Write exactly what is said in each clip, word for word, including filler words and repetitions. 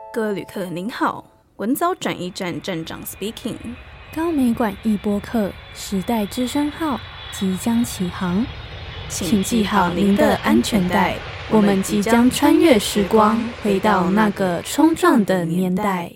各位旅客您好，文藻转驿站站长 speaking。 高美馆一播客时代之声号即将起航，请系好您的安全带，我们即将穿越时光，回到那个冲撞的年代。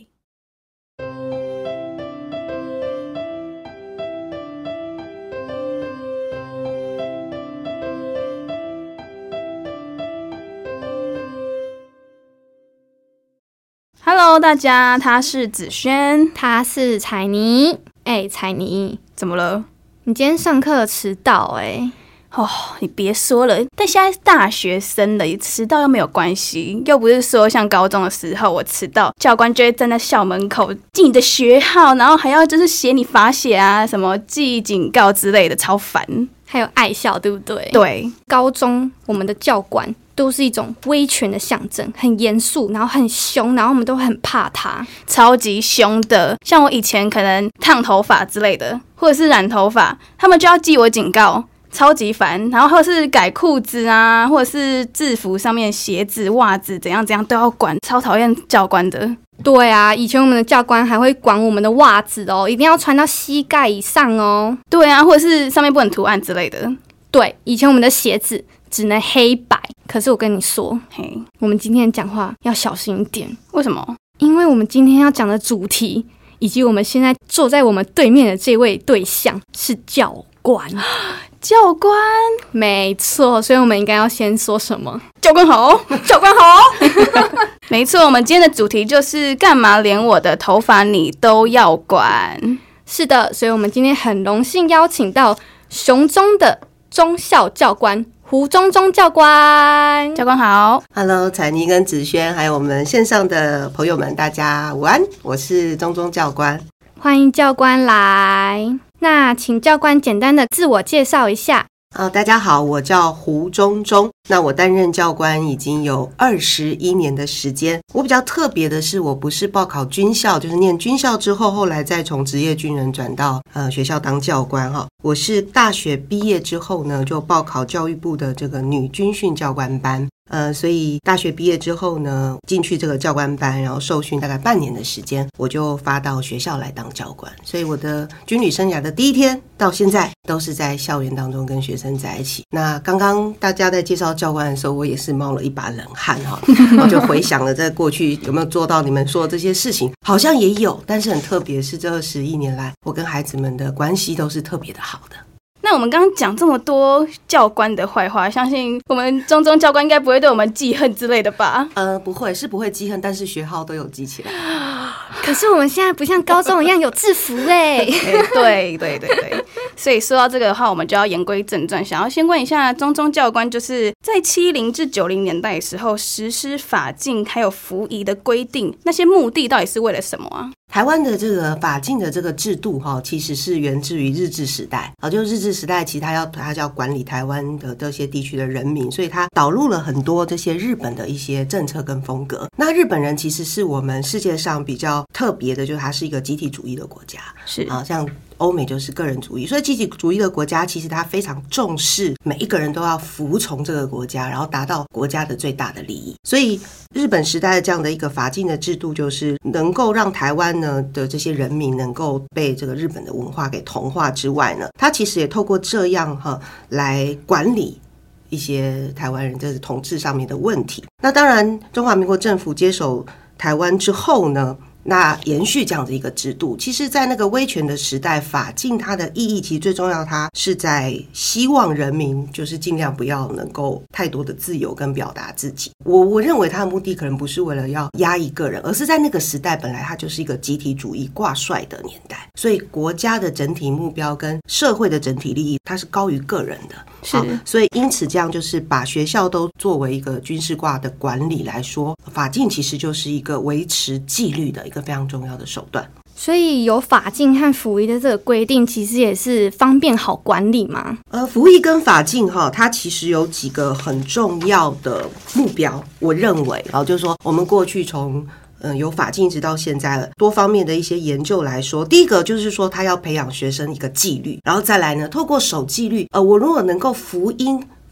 Hello， 大家，他是子轩， 他是彩妮。哎、欸，彩妮， 怎么了？ 你今天上课迟到哎、欸。 哦，你别说了，但现在是大学生了，迟到又没有关系，又不是说像高中的时候我迟到，教官就会站在校门口记你的学号，然后还要就是写你罚写啊，什么记警告之类的，超烦。 还有爱校，对不对？ 对， 高中我们的教官都是一种威权的象征，很严肃，然后很凶，然后我们都很怕他， 超级凶的。像我以前可能烫头发之类的，或者是染头发，他们就要记我警告，超级烦。然后或者是改裤子啊，或者是制服上面鞋子、袜子怎样怎样都要管，超讨厌教官的。 对啊，以前我们的教官还会管我们的袜子哦，一定要穿到膝盖以上哦。 对啊，或者是上面不能图案之类的。 对，以前我们的鞋子只能黑白，可是我跟你说， 嘿， 我们今天讲话要小心一点。 为什么？ 因为我们今天要讲的主题，以及我们现在坐在我们对面的这位对象是教官。 教官， 没错，所以我们应该要先说什么？ 教官好，教官好。没错，我们今天的主题就是干嘛连我的头发你都要管？ 是的，所以我们今天很荣幸邀请到雄中的中校教官胡忠忠教官。 教官好。 Hello， 彩妮跟子轩还有我们线上的朋友们，大家午安，我是忠忠教官。 欢迎教官来。那请教官简单的自我介绍一下。 啊、大家好，我叫胡忠忠。那我担任教官已经有二十一年的时间。我比较特别的是，我不是报考军校，就是念军校之后，后来再从职业军人转到呃学校当教官哈。我是大学毕业之后呢，就报考教育部的这个女军训教官班。呃，所以大学毕业之后呢，进去这个教官班，然后受训大概半年的时间，我就发到学校来当教官。所以我的军旅生涯的第一天到现在，都是在校园当中跟学生在一起。那刚刚大家在介绍教官的时候，我也是冒了一把冷汗哈，我就回想了在过去有没有做到你们说的这些事情，好像也有，但是很特别是这二十一年来，我跟孩子们的关系都是特别的好的。 那我们刚刚讲这么多教官的坏话，相信我们忠忠教官应该不会对我们记恨之类的吧？ 呃，不会，是不会记恨，但是学号都有记起来。 可是我们现在不像高中一样有制服哎、欸。 对对对对，所以说到这个的话，我们就要言归正传，想要先问一下忠忠教官，就是在七零至九零年代的时候实施法禁还有服仪的规定，那些目的到底是为了什么啊？ 台湾的这个法禁的这个制度哈，其实是源自于日治时代啊，就是日治时代，其实他要他要管理台湾的这些地区的人民，所以他导入了很多这些日本的一些政策跟风格。那日本人其实是我们世界上比较特别的，就是他是一个集体主义的国家， 是啊，像欧美就是个人主义，所以集体主义的国家其实他非常重视每一个人都要服从这个国家，然后达到国家的最大的利益。所以日本时代的这样的一个法禁的制度，就是能够让台湾呢的这些人民能够被这个日本的文化给同化之外呢，他其实也透过这样哈来管理一些台湾人就是统治上面的问题。那当然中华民国政府接手台湾之后呢，那延续这样的一个制度，其实在那个威权的时代，法禁它的意义其实最重要，它是在希望人民就是尽量不要能够太多的自由跟表达自己。我我认为它的目的可能不是为了要压抑个人，而是在那个时代本来它就是一个集体主义挂帅的年代，所以国家的整体目标跟社会的整体利益它是高于个人的。 是， 所以因此这样就是把学校都作为一个军事化的管理来说，法禁其实就是一个维持纪律的一个非常重要的手段。 所以有法禁和服仪的这个规定，其实也是方便好管理嘛。 呃，服仪跟法禁哈，它其实有几个很重要的目标，我认为啊，就是说我们过去从嗯，有法禁直到现在了，多方面的一些研究来说，第一个就是说他要培养学生一个纪律，然后再来呢，透过守纪律，呃，我如果能够福音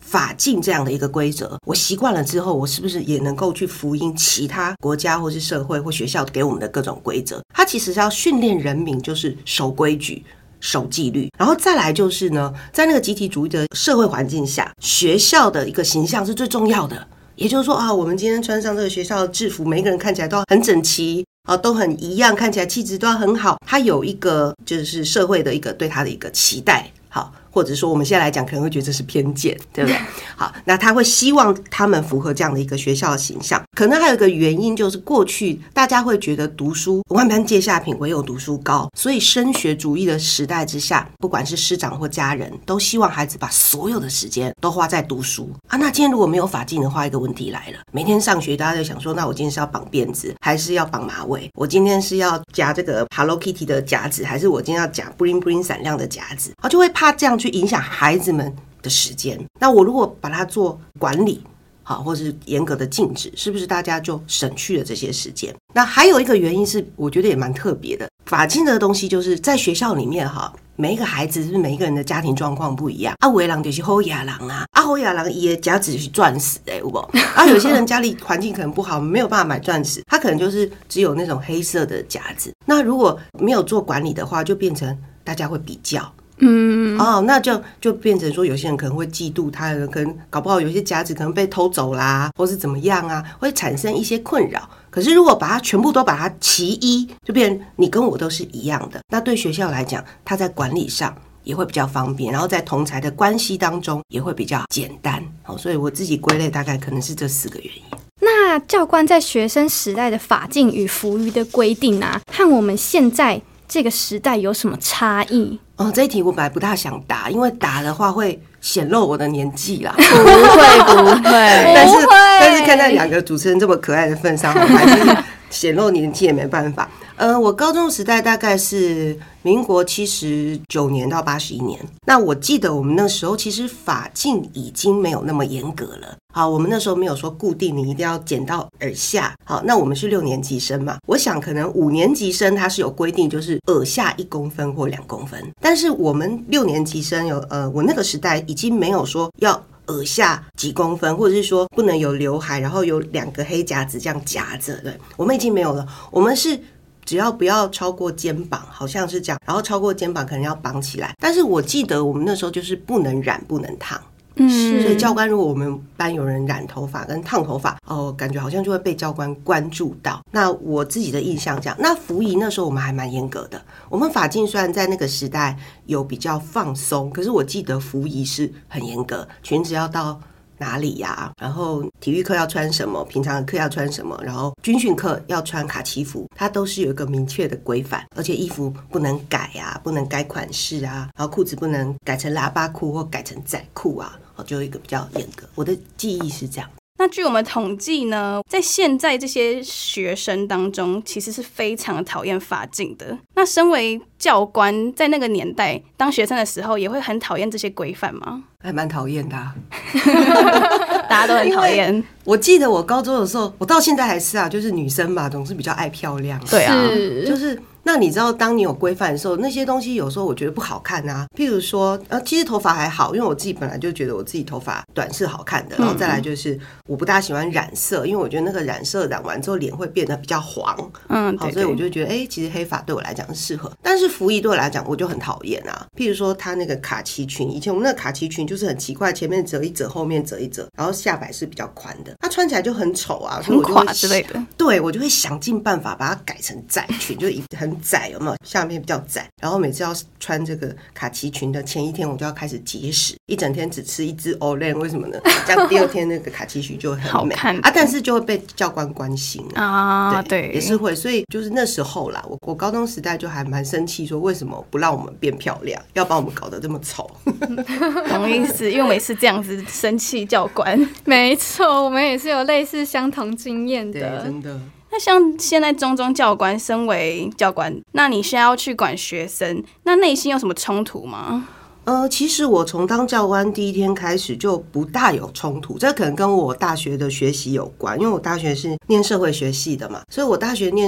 法禁这样的一个规则，我习惯了之后，我是不是也能够去福音其他国家或是社会或学校给我们的各种规则？它其实是要训练人民，就是守规矩、守纪律。然后再来就是呢，在那个集体主义的社会环境下，学校的一个形象是最重要的。也就是说啊，我们今天穿上这个学校的制服，每一个人看起来都很整齐啊，都很一样，看起来气质都要很好。它有一个就是社会的一个对它的一个期待，好，或者说我们现在来讲可能会觉得这是偏见，对不对？好，那他会希望他们符合这样的一个学校的形象。可能还有一个原因就是过去大家会觉得读书万般皆下品，唯有读书高，所以升学主义的时代之下，不管是师长或家人都希望孩子把所有的时间都花在读书啊。那今天如果没有法禁的话，一个问题来了，每天上学大家就想说，那我今天是要绑辫子还是要绑马尾？我今天是要夹这个 Hello Kitty 的夹子，还是我今天要夹 bling bling 闪亮的夹子？啊，就会怕这样去影响孩子们的时间。那我如果把它做管理好，或是严格的禁止，是不是大家就省去了这些时间？那还有一个原因是我觉得也蛮特别的，法禁的东西就是在学校里面哈，每一个孩子是不是每一个人的家庭状况不一样啊？有的人就是好野人啊，啊好野人也夹子是钻石哎，有没有？啊有些人家里环境可能不好，没有办法买钻石，他可能就是只有那种黑色的夹子。那如果没有做管理的话，就变成大家会比较。嗯，哦，那就就变成说，有些人可能会嫉妒他人，可能搞不好有些夹子可能被偷走啦，或是怎么样啊，会产生一些困扰。可是如果把它全部都把它齐一，就变成你跟我都是一样的，那对学校来讲，它在管理上也会比较方便，然后在同侪的关系当中也会比较简单。好，所以我自己归类大概可能是这四个原因。 那教官在学生时代的法禁与服役的规定啊，和我们现在这个时代有什么差异？ 哦，这一题我本来不大想答，因为答的话会显露我的年纪啦。 不会不会， 但是但是看在两个主持人这么可爱的份上，我还是显露年纪也没办法。呃，我高中时代大概是民国七十九年到八十一年。那我记得我们那时候其实法禁已经没有那么严格了。好，我们那时候没有说固定你一定要剪到耳下。好，那我们是六年级生嘛，我想可能五年级生他是有规定，就是耳下一公分或两公分。但是我们六年级生有呃，我那个时代已经没有说要耳下几公分，或者是说不能有刘海，然后有两个黑夹子这样夹着。对，我们已经没有了，我们是只要不要超过肩膀，好像是这样，然后超过肩膀可能要绑起来。但是我记得我们那时候就是不能染不能烫。嗯，所以教官如果我们班有人染头发跟烫头发，哦，感觉好像就会被教官关注到。那我自己的印象这样。那服役那时候我们还蛮严格的，我们法禁虽然在那个时代有比较放松，可是我记得服役是很严格，裙子要到哪里呀、啊？然后体育课要穿什么，平常的课要穿什么，然后军训课要穿卡其服，它都是有一个明确的规范，而且衣服不能改啊，不能改款式啊，然后裤子不能改成喇叭裤或改成仔裤啊，就有一个比较严格。我的记忆是这样。 那据我们统计呢，在现在这些学生当中，其实是非常讨厌法禁的。那身为教官，在那个年代当学生的时候，也会很讨厌这些规范吗？ 还蛮讨厌的、啊， 大家都很讨厌。 我记得我高中的时候，我到现在还是啊，就是女生嘛，总是比较爱漂亮、啊。 对啊， 就是。那你知道当你有规范的时候，那些东西有时候我觉得不好看啊。譬如说呃，其实头发还好，因为我自己本来就觉得我自己头发短是好看的。然后再来就是我不大喜欢染色，因为我觉得那个染色染完之后脸会变得比较黄。嗯，好，所以我就觉得哎、欸，其实黑发对我来讲是适合，但是服役对我来讲我就很讨厌啊。譬如说他那个卡其裙，以前我们那个卡其裙就是很奇怪，前面折一折，后面折一折，然后下摆是比较宽的，它穿起来就很丑啊， 很垮之类的。 对，我就会想尽办法把它改成窄裙，就很窄，有没有？下面比较窄，然后每次要穿这个卡其裙的前一天，我就要开始节食，一整天只吃一只 Olay， 为什么呢？这样第二天那个卡其裙就很美好看啊，但是就会被教官关心啊，对， 对，也是会，所以就是那时候啦，我我高中时代就还蛮生气，说为什么不让我们变漂亮，要把我们搞得这么丑？ 懂意思，因为我每次这样子生气教官， 没错，我们也是有类似相同经验的， 对，真的。 那像现在中中教官，身为教官，那你现在要去管学生，那内心有什么冲突吗？ 呃，其实我从当教官第一天开始就不大有冲突，这可能跟我大学的学习有关，因为我大学是念社会学系的嘛，所以我大学念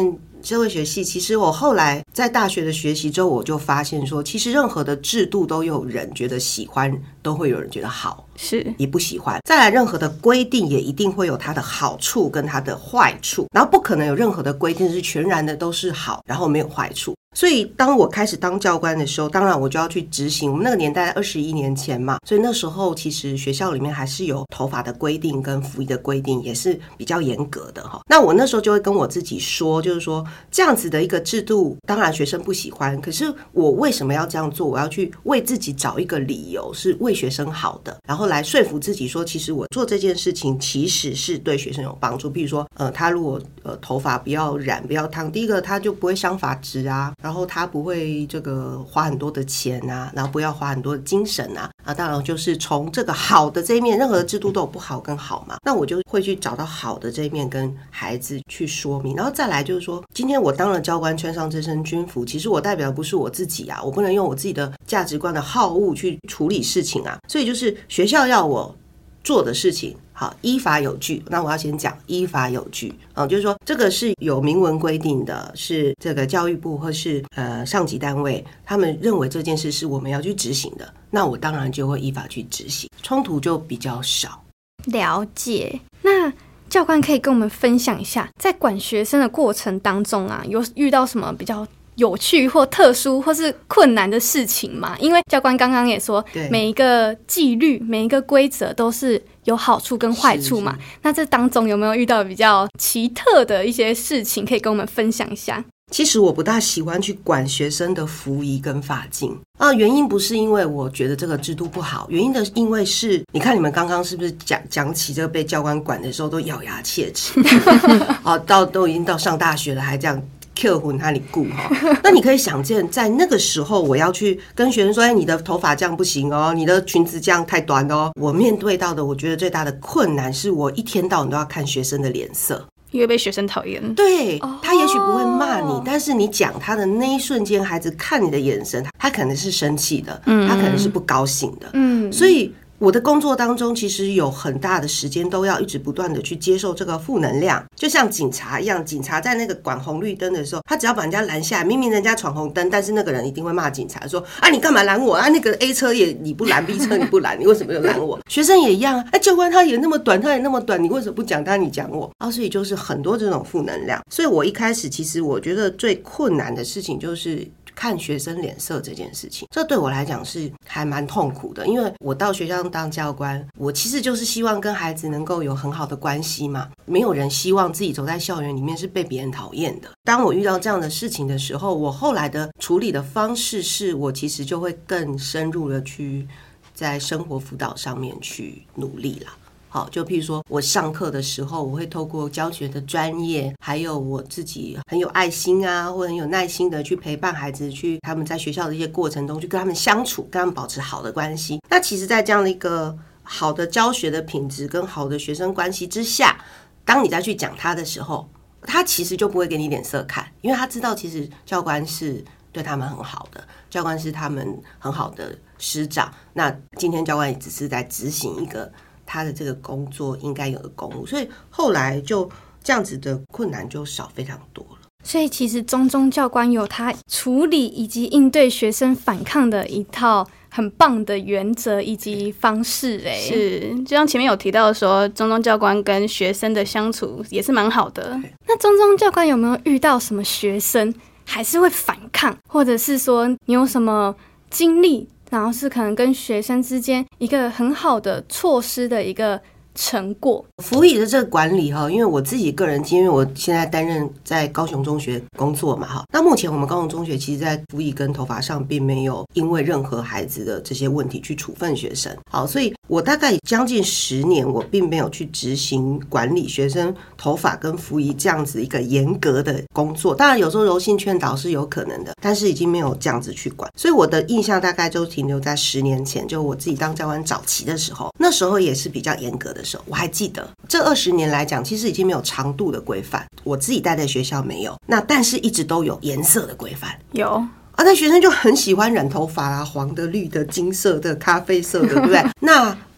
社会学系，其实我后来在大学的学习之后，我就发现说，其实任何的制度都有人觉得喜欢，都会有人觉得好， 是也不喜欢。再来，任何的规定也一定会有它的好处跟它的坏处，然后不可能有任何的规定是全然的都是好，然后没有坏处。所以当我开始当教官的时候，当然我就要去执行。我们那个年代二十一年前嘛，所以那时候其实学校里面还是有头发的规定跟服仪的规定，也是比较严格的哈。那我那时候就会跟我自己说，就是说这样子的一个制度，当然学生不喜欢，可是我为什么要这样做？我要去为自己找一个理由，是为学生好的，然后来说服自己说，其实我做这件事情其实是对学生有帮助。比如说，呃，他如果呃头发不要染、不要烫，第一个他就不会伤发质啊。然后他不会这个花很多的钱啊，然后不要花很多的精神啊，啊，当然就是从这个好的这一面，任何的制度都有不好跟好嘛，那我就会去找到好的这一面跟孩子去说明。然后再来就是说，今天我当了教官，穿上这身军服，其实我代表的不是我自己啊，我不能用我自己的价值观的好恶去处理事情啊，所以就是学校要我做的事情，好，依法有据。那我要先讲依法有据，嗯，就是说这个是有明文规定的，是这个教育部或是呃上级单位，他们认为这件事是我们要去执行的，那我当然就会依法去执行，冲突就比较少。 了解。那教官可以跟我们分享一下，在管学生的过程当中啊，有遇到什么比较有趣或特殊或是困难的事情嘛？因为教官刚刚也说，每一个纪律、每一个规则都是有好处跟坏处嘛。那这当中有没有遇到比较奇特的一些事情，可以跟我们分享一下？ 其实我不大喜欢去管学生的服仪跟发禁啊，原因不是因为我觉得这个制度不好，原因的因为是，你看你们刚刚是不是讲讲起这个被教官管的时候都咬牙切齿，啊，到都已经到上大学了还这样。Q 魂他里顾哈，那你可以想见，在那个时候，我要去跟学生说：“哎，你的头发这样不行哦，你的裙子这样太短哦。”我面对到的，我觉得最大的困难是我一天到晚都要看学生的脸色， 因为被学生讨厌。 对，他也许不会骂你，但是你讲他的那一瞬间，孩子看你的眼神，他可能是生气的，他可能是不高兴的，嗯，所以。我的工作当中其实有很大的时间都要一直不断的去接受这个负能量，就像警察一样，警察在那个管红绿灯的时候，他只要把人家拦下来，明明人家闯红灯，但是那个人一定会骂警察说啊你干嘛拦我啊，那个 A 车也你不拦 B 车你不拦，你为什么又拦我？学生也一样啊，教官他也那么短他也那么短，你为什么不讲他你讲我啊？所以就是很多这种负能量，所以我一开始其实我觉得最困难的事情就是看学生脸色这件事情，这对我来讲是还蛮痛苦的，因为我到学校当教官，我其实就是希望跟孩子能够有很好的关系嘛，没有人希望自己走在校园里面是被别人讨厌的。当我遇到这样的事情的时候，我后来的处理的方式是我其实就会更深入的去在生活辅导上面去努力啦。好，就譬如说我上课的时候，我会透过教学的专业，还有我自己很有爱心啊，或者很有耐心的去陪伴孩子，去他们在学校的一些过程中去跟他们相处，跟他们保持好的关系。那其实在这样的一个好的教学的品质跟好的学生关系之下，当你再去讲他的时候，他其实就不会给你脸色看，因为他知道其实教官是对他们很好的，教官是他们很好的师长，那今天教官也只是在执行一个他的这个工作应该有的公务，所以后来就这样子的困难就少非常多了。 所以其实中中教官有他处理以及应对学生反抗的一套很棒的原则以及方式。哎， 是，就像前面有提到说，中中教官跟学生的相处也是蛮好的。 那中中教官有没有遇到什么学生还是会反抗，或者是说你有什么经历，然后是可能跟学生之间一个很好的措施的一个成果？ 服仪的这个管理哈，因为我自己个人经验，因为我现在担任在高雄中学工作嘛哈，那目前我们高雄中学其实在服仪跟头发上并没有因为任何孩子的这些问题去处分学生，好，所以我大概将近十年我并没有去执行管理学生头发跟服仪这样子一个严格的工作，当然有时候柔性劝导是有可能的，但是已经没有这样子去管，所以我的印象大概就停留在十年前，就我自己当教官早期的时候，那时候也是比较严格的时候，我还记得这二十年来讲，其实已经没有长度的规范，我自己待在学校没有，那但是一直都有颜色的规范， 有啊， 那学生就很喜欢染头发啊，黄的、绿的、金色的、咖啡色的，对不对？那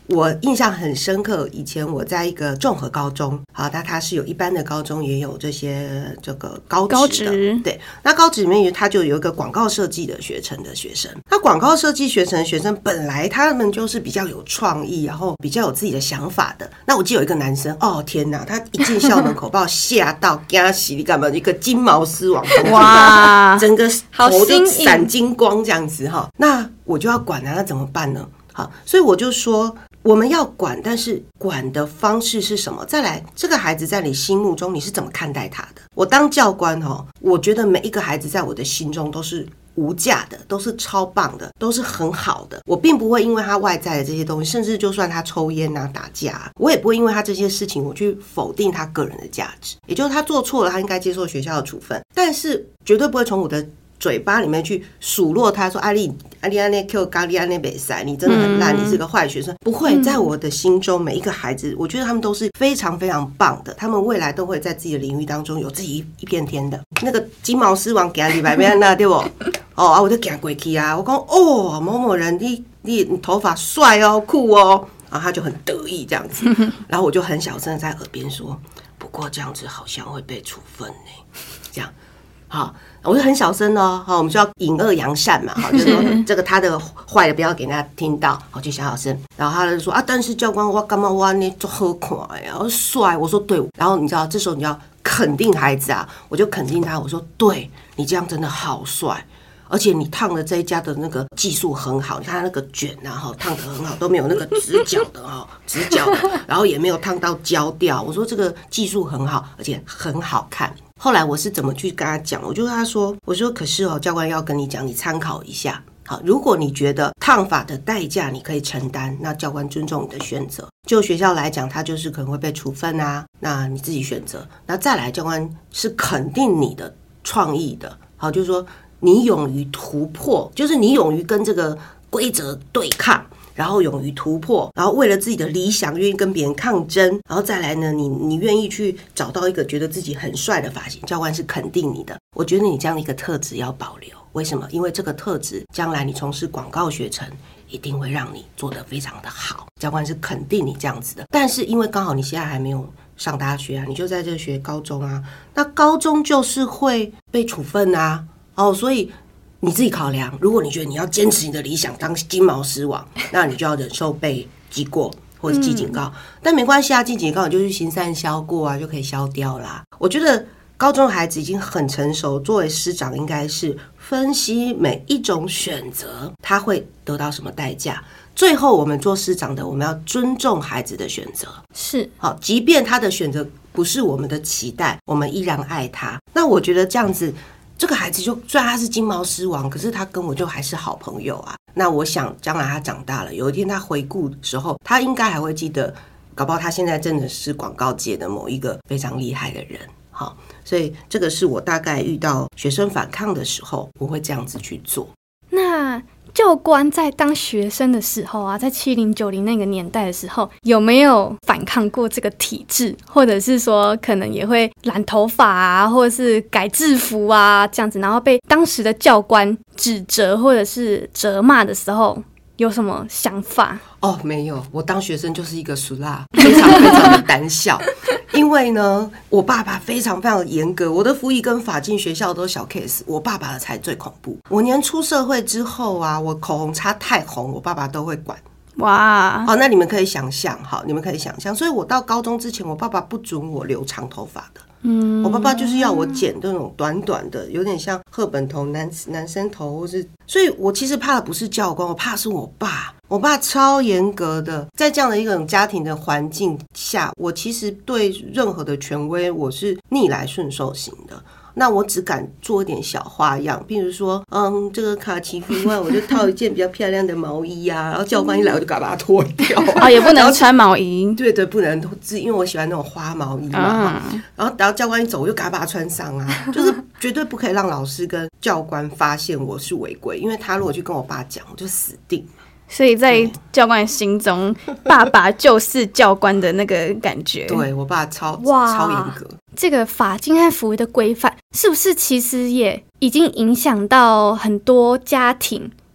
我印象很深刻，以前我在一个综合高中，好，那它是有一般的高中，也有这些这个高职的， 高职对，那高职里面它就有一个广告设计的学程的学生，那广告设计学程的学生本来他们就是比较有创意，然后比较有自己的想法的。那我记得有一个男生，哦天哪，他一进校门口把我吓到，惊死你干嘛？一个金毛狮王，哇，整个头就闪金光这样子哈，那我就要管啊，那怎么办呢？好，所以我就说我们要管，但是管的方式是什么？再来，这个孩子在你心目中你是怎么看待他的？我当教官哦，我觉得每一个孩子在我的心中都是无价的，都是超棒的，都是很好的。我并不会因为他外在的这些东西，甚至就算他抽烟啊、打架啊，我也不会因为他这些事情我去否定他个人的价值。也就是他做错了，他应该接受学校的处分，但是绝对不会从我的嘴巴里面去数落他说：“阿丽，阿丽安内 Q 咖喱安内北塞，你真的很烂，你是个坏学生。”不会，在我的心中，每一个孩子，我觉得他们都是非常非常棒的，他们未来都会在自己的领域当中有自己一片天的。那个金毛狮王给他李白边那对不？哦啊，我就给他过去啊，我讲哦，某某人，你你你头发帅哦，酷哦，然后他就很得意这样子，然后我就很小声的在耳边说：“不过这样子好像会被处分呢。”这样。好，我就很小声哦，好，我们就要隐恶扬善嘛，好，就是说这个他的坏的不要给人家听到，好，就小小声。然后他就说啊，但是教官我干嘛我那做好看呀，帅，我说对，然后你知道这时候你要肯定孩子啊，我就肯定他，我说对你这样真的好帅。而且你烫的这一家的那个技术很好，你看那个卷啊，哈，烫得很好，都没有那个直角的哈，直角的，然后也没有烫到焦掉。我说这个技术很好，而且很好看。后来我是怎么去跟他讲？我就跟他说，我说可是哦，教官要跟你讲，你参考一下。好，如果你觉得烫发的代价你可以承担，那教官尊重你的选择。就学校来讲，他就是可能会被处分啊，那你自己选择。那再来，教官是肯定你的创意的。好，就是说。你勇于突破，就是你勇于跟这个规则对抗，然后勇于突破，然后为了自己的理想愿意跟别人抗争，然后再来呢，你你愿意去找到一个觉得自己很帅的发型，教官是肯定你的。我觉得你这样的一个特质要保留，为什么？因为这个特质将来你从事广告学程一定会让你做得非常的好，教官是肯定你这样子的。但是因为刚好你现在还没有上大学啊，你就在这学高中啊，那高中就是会被处分啊。哦，所以你自己考量，如果你觉得你要坚持你的理想当金毛狮王，那你就要忍受被记过或者记警告、嗯、但没关系啊，记警告你就去行善消过啊，就可以消掉啦。我觉得高中的孩子已经很成熟，作为师长应该是分析每一种选择他会得到什么代价，最后我们做师长的，我们要尊重孩子的选择， 是好，即便他的选择不是我们的期待，我们依然爱他。那我觉得这样子这个孩子就虽然他是金毛狮王，可是他跟我就还是好朋友啊。那我想将来他长大了，有一天他回顾的时候，他应该还会记得，搞不好他现在真的是广告界的某一个非常厉害的人。好，所以这个是我大概遇到学生反抗的时候，我会这样子去做。 那教官在当学生的时候啊，在七零九零那个年代的时候，有没有反抗过这个体制，或者是说可能也会染头发啊，或者是改制服啊这样子，然后被当时的教官指责或者是责骂的时候，有什么想法？ 哦，没有，我当学生就是一个俗辣，非常非常的胆小。因为呢，我爸爸非常非常的严格，我的服役跟法进学校都是小 case， 我爸爸的才最恐怖。我连出社会之后啊，我口红擦太红，我爸爸都会管。哇，好，那你们可以想象，好，你们可以想象，所以我到高中之前，我爸爸不准我留长头发的。嗯，我爸爸就是要我剪那种短短的，有点像赫本头、男男生头，或是，所以我其实怕的不是教官，我怕是我爸。我爸超严格的，在这样的一种家庭的环境下，我其实对任何的权威我是逆来顺受型的。那我只敢做一点小花样，比如说，嗯，这个卡其服啊，我就套一件比较漂亮的毛衣啊，然后教官一来我就赶快把它脱掉。 哦，也不能穿毛衣。 对对，不能，因为我喜欢那种花毛衣嘛。嗯、然后，然后教官一走，我就赶快把它穿上啊，就是绝对不可以让老师跟教官发现我是违规，因为他如果去跟我爸讲，我就死定。 所以在教官心中，爸爸就是教官的那个感觉。 对，我爸超超严格。 这个法禁和服役的规范，是不是其实也已经影响到很多家庭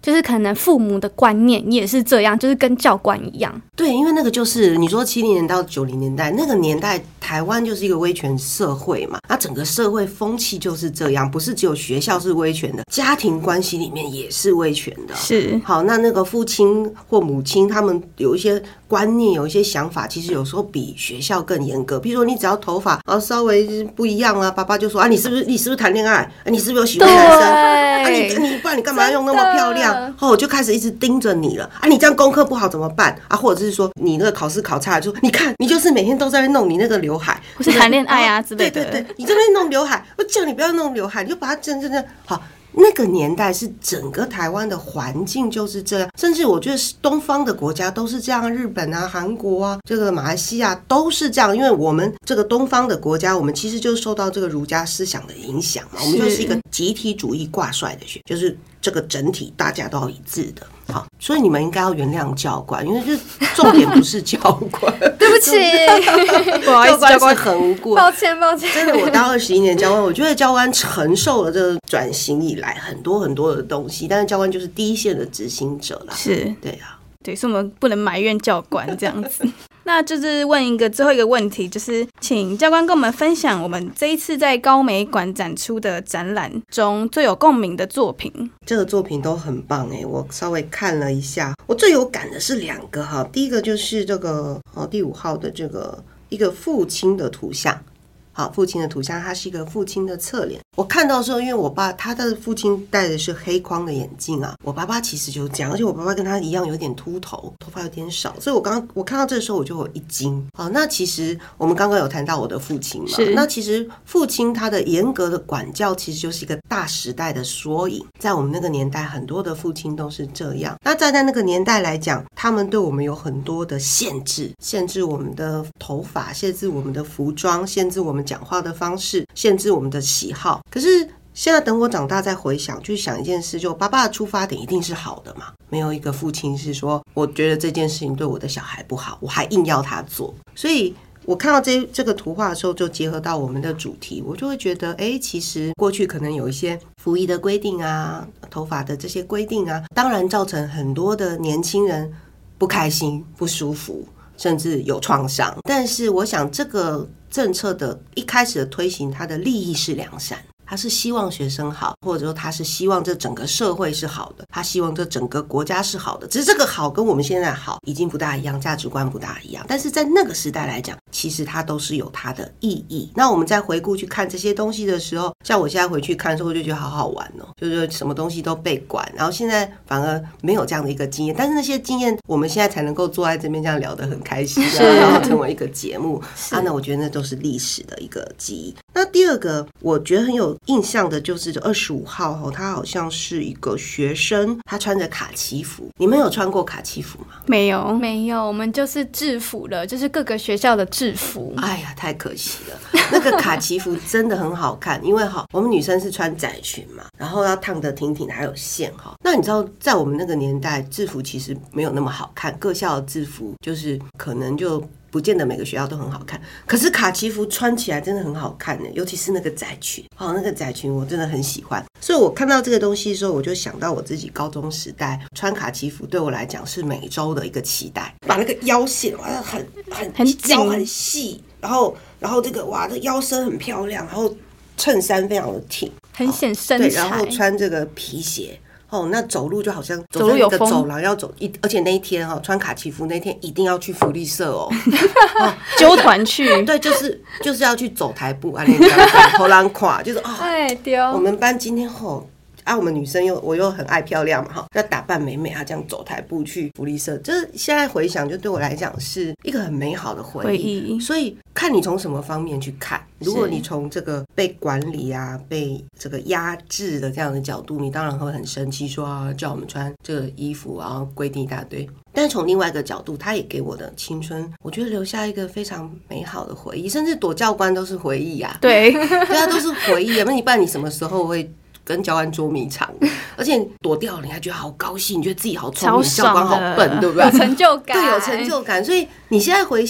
就是可能父母的观念也是这样，就是跟教官一样。 对，因为那个就是你说七零年到九零年代那个年代，台湾就是一个威权社会嘛，那整个社会风气就是这样，不是只有学校是威权的，家庭关系里面也是威权的。 是， 好，那那个父亲或母亲他们有一些观念，有一些想法，其实有时候比学校更严格。比如说你只要头发啊稍微不一样啊，爸爸就说啊你是不是你是不是谈恋爱、啊、你是不是有喜欢男生啊，你你不然你干嘛用那么漂亮？哦，我就开始一直盯着你了啊，你这样功课不好怎么办啊？或者是说你那个考试考差了，就说你看你就是每天都在弄你那个刘海， 或是谈恋爱啊之类的。 对对对，你这边弄刘海，我叫你不要弄刘海，你就把它真真的好。那个年代是整个台湾的环境就是这样，甚至我觉得东方的国家都是这样，日本啊、韩国啊、这个马来西亚都是这样，因为我们这个东方的国家，我们其实就受到这个儒家思想的影响嘛，我们就是一个集体主义挂帅的学，就是这个整体大家都要一致的。好，所以你们应该要原谅教官，因为这重点不是教官。 对不起， 不好意思，教官很无辜， 抱歉抱歉。 真的，我当二十一年教官，我觉得教官承受了这个转型以来很多很多的东西，但是教官就是第一线的执行者啦。 是， 对啊， 对，所以我们不能埋怨教官这样子。那就是问一个最后一个问题，就是请教官跟我们分享我们这一次在高美馆展出的展览中最有共鸣的作品。 这个作品都很棒哎，我稍微看了一下，我最有感的是两个哈，第一个就是这个哦第五号的这个一个父亲的图像。好，父亲的图像，它是一个父亲的侧脸。我看到的时候，因为我爸他的父亲戴的是黑框的眼镜啊，我爸爸其实就是这样，而且我爸爸跟他一样有点秃头，头发有点少，所以我刚刚我看到这个时候我就有一惊。好，那其实我们刚刚有谈到我的父亲嘛，那其实父亲他的严格的管教其实就是一个大时代的缩影，在我们那个年代，很多的父亲都是这样。那站在那个年代来讲，他们对我们有很多的限制，限制我们的头发，限制我们的服装，限制我们讲话的方式，限制我们的喜好。可是现在等我长大再回想，去想一件事，就爸爸的出发点一定是好的嘛，没有一个父亲是说我觉得这件事情对我的小孩不好，我还硬要他做。所以我看到这这个图画的时候，就结合到我们的主题，我就会觉得哎，其实过去可能有一些服仪的规定啊，头发的这些规定啊，当然造成很多的年轻人不开心不舒服，甚至有创伤。但是我想这个政策的一开始的推行，它的利益是良善，他是希望学生好，或者说他是希望这整个社会是好的，他希望这整个国家是好的，只是这个好跟我们现在好已经不大一样，价值观不大一样，但是在那个时代来讲，其实它都是有它的意义。那我们在回顾去看这些东西的时候，像我现在回去看的时候，我就觉得好好玩哦，就是什么东西都被管，然后现在反而没有这样的一个经验，但是那些经验我们现在才能够坐在这边这样聊得很开心，然后成为一个节目啊，那我觉得那都是历史的一个记忆。那第二个我觉得很有印象的就是二十五号、哦、他好像是一个学生，他穿着卡其服。你们有穿过卡其服吗？ 没有没有，我们就是制服了，就是各个学校的制服。 哎呀，太可惜了，那个卡其服真的很好看，因为好我们女生是穿窄裙嘛，然后要烫得挺挺的，还有线哈。那你知道在我们那个年代，制服其实没有那么好看，各校的制服就是可能就不见得每个学校都很好看，可是卡其服穿起来真的很好看呢，尤其是那个窄裙，哦，那个窄裙我真的很喜欢。所以我看到这个东西的时候，我就想到我自己高中时代穿卡其服，对我来讲是每周的一个期待，把那个腰线哇很很很紧腰很细，然后然后这个哇这腰身很漂亮，然后衬衫非常的挺， 很显身材， 对，然后穿这个皮鞋。哦，那走路就好像走路有风， 走走廊要走一，而且那一天哦，穿卡其服那天一定要去福利社哦， 哦揪团去， 对，就是就是要去走台步啊，那个头狼垮，就是哦， 哎丢， 我们班今天哦。啊，我们女生又我又很爱漂亮嘛，哈，要打扮美美啊，这样走台步去福利社，这现在回想，就对我来讲是一个很美好的回忆。回忆所以看你从什么方面去看，如果你从这个被管理啊、被这个压制的这样的角度，你当然会很生气，说啊，叫我们穿这个衣服，然后规定一大堆。但是从另外一个角度，他也给我的青春，我觉得留下一个非常美好的回忆，甚至躲教官都是回忆啊。 对， 对啊，都是回忆啊。那你不然你什么时候会跟教官捉迷藏，而且躲掉了，你还觉得好高兴，你觉得自己好聪明，教官好笨，对不对？ 有成就感， 对，有成就感。所以你现在回想，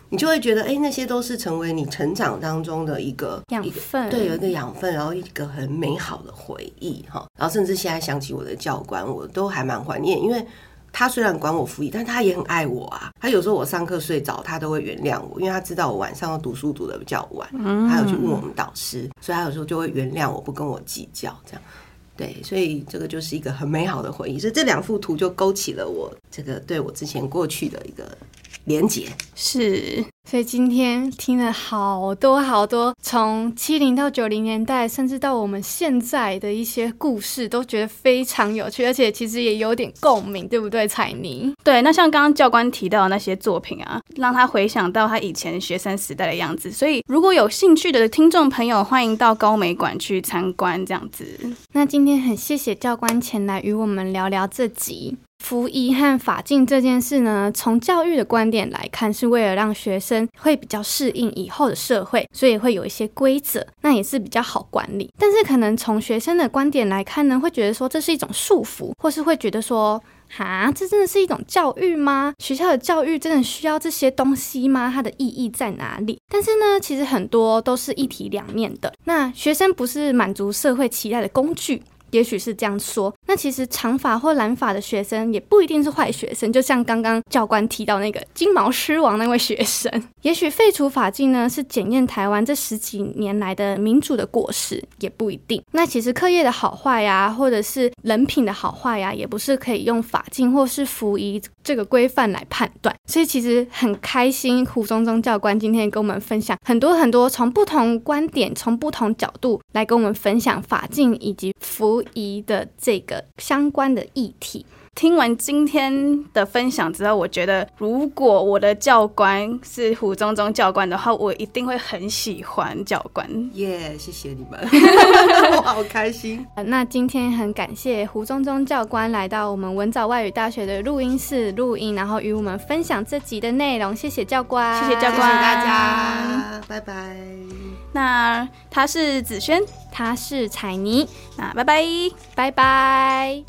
你就会觉得哎、欸，那些都是成为你成长当中的一个养分， 对，有一个养分，然后一个很美好的回忆哈。然后甚至现在想起我的教官，我都还蛮怀念，因为他虽然管我服役，但他也很爱我啊。他有时候我上课睡着，他都会原谅我，因为他知道我晚上要读书读得比较晚，嗯、他有去问我们导师，所以他有时候就会原谅我，不跟我计较这样。对，所以这个就是一个很美好的回忆，所以这两幅图就勾起了我这个对我之前过去的一个连结。 是， 所以今天听了好多好多从七零到九零年代，甚至到我们现在的一些故事，都觉得非常有趣，而且其实也有点共鸣，对不对，彩妮？ 对，那像刚刚教官提到的那些作品啊，让他回想到他以前学生时代的样子，所以如果有兴趣的听众朋友，欢迎到高美馆去参观这样子。 那今天很谢谢教官前来与我们聊聊这集服仪和法禁这件事呢，从教育的观点来看，是为了让学生会比较适应以后的社会，所以会有一些规则，那也是比较好管理。但是可能从学生的观点来看呢，会觉得说这是一种束缚，或是会觉得说哈，这真的是一种教育吗？学校的教育真的需要这些东西吗？它的意义在哪里？但是呢，其实很多都是一体两面的。那学生不是满足社会期待的工具，也许是这样说。那其实长发或蓝发的学生也不一定是坏学生，就像刚刚教官提到那个金毛狮王那位学生，也许废除法禁呢是检验台湾这十几年来的民主的果实，也不一定。那其实课业的好坏呀，或者是人品的好坏呀，也不是可以用法禁或是服仪这个规范来判断。所以其实很开心胡宗宗教官今天跟我们分享很多很多从不同观点，从不同角度来跟我们分享法禁以及服仪的这个相关的议题。 听完今天的分享之后，我觉得如果我的教官是胡宗宗教官的话，我一定会很喜欢教官。 耶、yeah, 谢谢你们我好开心。 那今天很感谢胡宗宗教官来到我们文藻外语大学的录音室录音，然后与我们分享这集的内容。谢谢教官， 谢谢教官， 谢谢大家，拜拜。 那他是子轩， 他是彩妮， 那拜拜， 拜拜。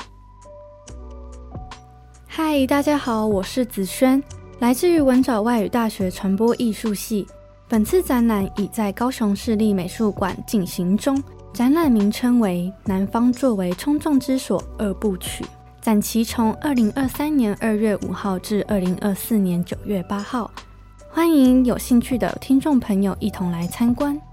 嗨，大家好，我是子轩，来自于文藻外语大学传播艺术系。本次展览已在高雄市立美术馆进行中，展览名称为《南方作为冲撞之所二部曲》，展期从二零二三年二月五号至二零二四年九月八号，欢迎有兴趣的听众朋友一同来参观。